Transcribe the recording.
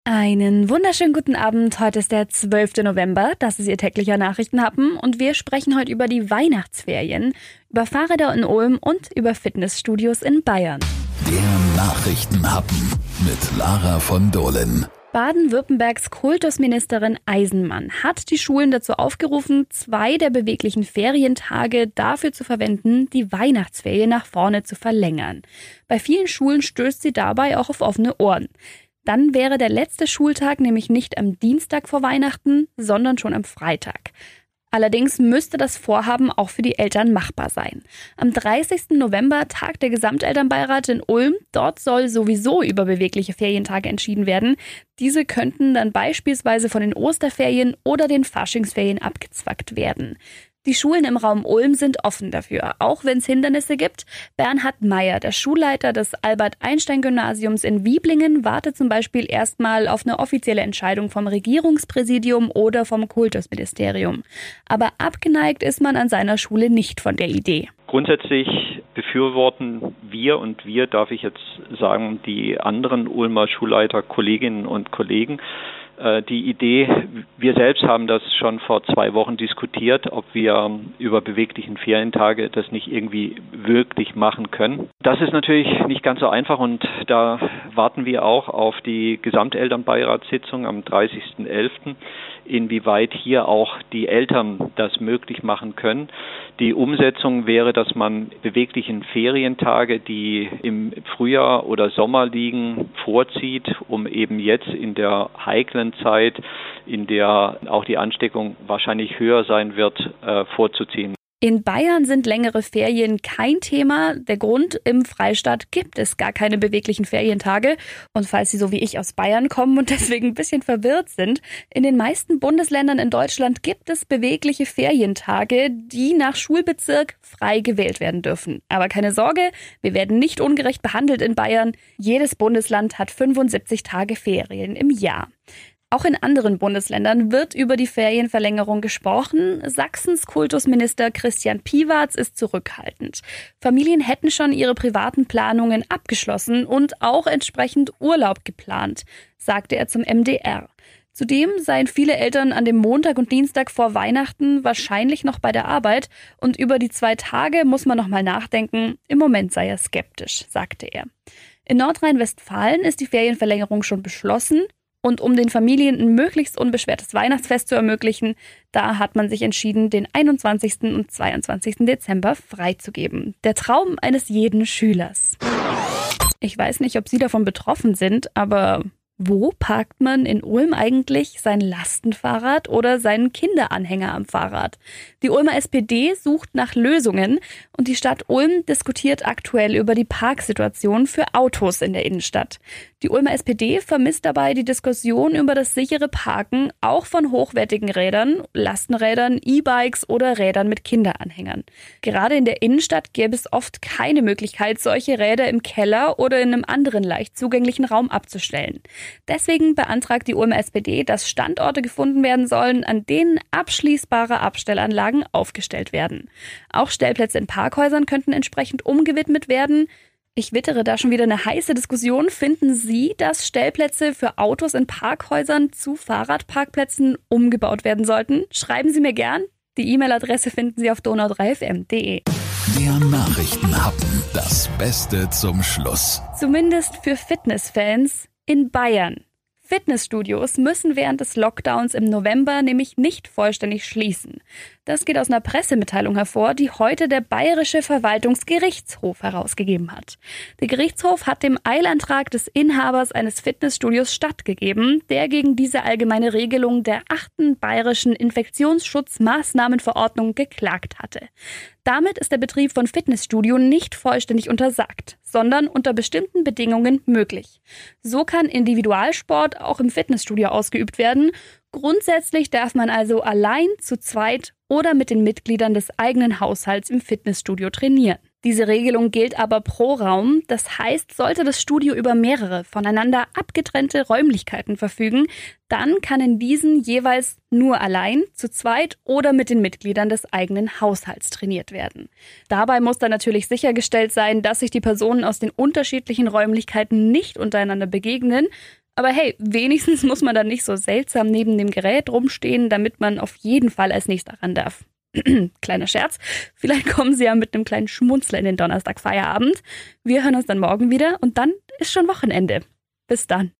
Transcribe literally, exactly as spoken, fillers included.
Einen wunderschönen guten Abend. Heute ist der zwölfte November. Das ist Ihr täglicher Nachrichtenhappen. Und wir sprechen heute über die Weihnachtsferien, über Fahrräder in Ulm und über Fitnessstudios in Bayern. Der Nachrichtenhappen mit Lara von Dohlen. Baden-Württembergs Kultusministerin Eisenmann hat die Schulen dazu aufgerufen, zwei der beweglichen Ferientage dafür zu verwenden, die Weihnachtsferien nach vorne zu verlängern. Bei vielen Schulen stößt sie dabei auch auf offene Ohren. Dann wäre der letzte Schultag nämlich nicht am Dienstag vor Weihnachten, sondern schon am Freitag. Allerdings müsste das Vorhaben auch für die Eltern machbar sein. Am dreißigsten November tagt der Gesamtelternbeirat in Ulm. Dort soll sowieso über bewegliche Ferientage entschieden werden. Diese könnten dann beispielsweise von den Osterferien oder den Faschingsferien abgezwackt werden. Die Schulen im Raum Ulm sind offen dafür, auch wenn es Hindernisse gibt. Bernhard Meyer, der Schulleiter des Albert-Einstein-Gymnasiums in Wieblingen, wartet zum Beispiel erstmal auf eine offizielle Entscheidung vom Regierungspräsidium oder vom Kultusministerium. Aber abgeneigt ist man an seiner Schule nicht von der Idee. Grundsätzlich befürworten wir, und wir darf ich jetzt sagen, die anderen Ulmer Schulleiter, Kolleginnen und Kollegen, die Idee. Wir selbst haben das schon vor zwei Wochen diskutiert, ob wir über beweglichen Ferientage das nicht irgendwie wirklich machen können. Das ist natürlich nicht ganz so einfach, und da warten wir auch auf die Gesamtelternbeiratssitzung am dreißigsten elften, inwieweit hier auch die Eltern das möglich machen können. Die Umsetzung wäre, dass man beweglichen Ferientage, die im Frühjahr oder Sommer liegen, vorzieht, um eben jetzt in der heiklen Zeit, in der auch die Ansteckung wahrscheinlich höher sein wird, äh, vorzuziehen. In Bayern sind längere Ferien kein Thema. Der Grund: im Freistaat gibt es gar keine beweglichen Ferientage. Und falls Sie so wie ich aus Bayern kommen und deswegen ein bisschen verwirrt sind, in den meisten Bundesländern in Deutschland gibt es bewegliche Ferientage, die nach Schulbezirk frei gewählt werden dürfen. Aber keine Sorge, wir werden nicht ungerecht behandelt in Bayern. Jedes Bundesland hat fünfundsiebzig Tage Ferien im Jahr. Auch in anderen Bundesländern wird über die Ferienverlängerung gesprochen. Sachsens Kultusminister Christian Piwarz ist zurückhaltend. Familien hätten schon ihre privaten Planungen abgeschlossen und auch entsprechend Urlaub geplant, sagte er zum M D R. Zudem seien viele Eltern an dem Montag und Dienstag vor Weihnachten wahrscheinlich noch bei der Arbeit, und über die zwei Tage muss man noch mal nachdenken. Im Moment sei er skeptisch, sagte er. In Nordrhein-Westfalen ist die Ferienverlängerung schon beschlossen. Und um den Familien ein möglichst unbeschwertes Weihnachtsfest zu ermöglichen, da hat man sich entschieden, den einundzwanzigsten und zweiundzwanzigsten Dezember freizugeben. Der Traum eines jeden Schülers. Ich weiß nicht, ob Sie davon betroffen sind, aber wo parkt man in Ulm eigentlich sein Lastenfahrrad oder seinen Kinderanhänger am Fahrrad? Die Ulmer S P D sucht nach Lösungen, und die Stadt Ulm diskutiert aktuell über die Parksituation für Autos in der Innenstadt. Die Ulmer S P D vermisst dabei die Diskussion über das sichere Parken auch von hochwertigen Rädern, Lastenrädern, E-Bikes oder Rädern mit Kinderanhängern. Gerade in der Innenstadt gäbe es oft keine Möglichkeit, solche Räder im Keller oder in einem anderen leicht zugänglichen Raum abzustellen. Deswegen beantragt die Ulmer S P D, dass Standorte gefunden werden sollen, an denen abschließbare Abstellanlagen aufgestellt werden. Auch Stellplätze in Parkhäusern könnten entsprechend umgewidmet werden. Ich wittere da schon wieder eine heiße Diskussion. Finden Sie, dass Stellplätze für Autos in Parkhäusern zu Fahrradparkplätzen umgebaut werden sollten? Schreiben Sie mir gern. Die E-Mail-Adresse finden Sie auf donau drei f m punkt d e. Der Nachrichtenhappen. Das Beste zum Schluss. Zumindest für Fitnessfans in Bayern. Fitnessstudios müssen während des Lockdowns im November nämlich nicht vollständig schließen. Das geht aus einer Pressemitteilung hervor, die heute der Bayerische Verwaltungsgerichtshof herausgegeben hat. Der Gerichtshof hat dem Eilantrag des Inhabers eines Fitnessstudios stattgegeben, der gegen diese allgemeine Regelung der achten Bayerischen Infektionsschutzmaßnahmenverordnung geklagt hatte. Damit ist der Betrieb von Fitnessstudio nicht vollständig untersagt, sondern unter bestimmten Bedingungen möglich. So kann Individualsport auch im Fitnessstudio ausgeübt werden. Grundsätzlich darf man also allein, zu zweit oder mit den Mitgliedern des eigenen Haushalts im Fitnessstudio trainieren. Diese Regelung gilt aber pro Raum. Das heißt, sollte das Studio über mehrere voneinander abgetrennte Räumlichkeiten verfügen, dann kann in diesen jeweils nur allein, zu zweit oder mit den Mitgliedern des eigenen Haushalts trainiert werden. Dabei muss dann natürlich sichergestellt sein, dass sich die Personen aus den unterschiedlichen Räumlichkeiten nicht untereinander begegnen. Aber hey, wenigstens muss man dann nicht so seltsam neben dem Gerät rumstehen, damit man auf jeden Fall als nächster ran darf. Kleiner Scherz, vielleicht kommen Sie ja mit einem kleinen Schmunzler in den Donnerstag Feierabend. Wir hören uns dann morgen wieder und dann ist schon Wochenende. Bis dann.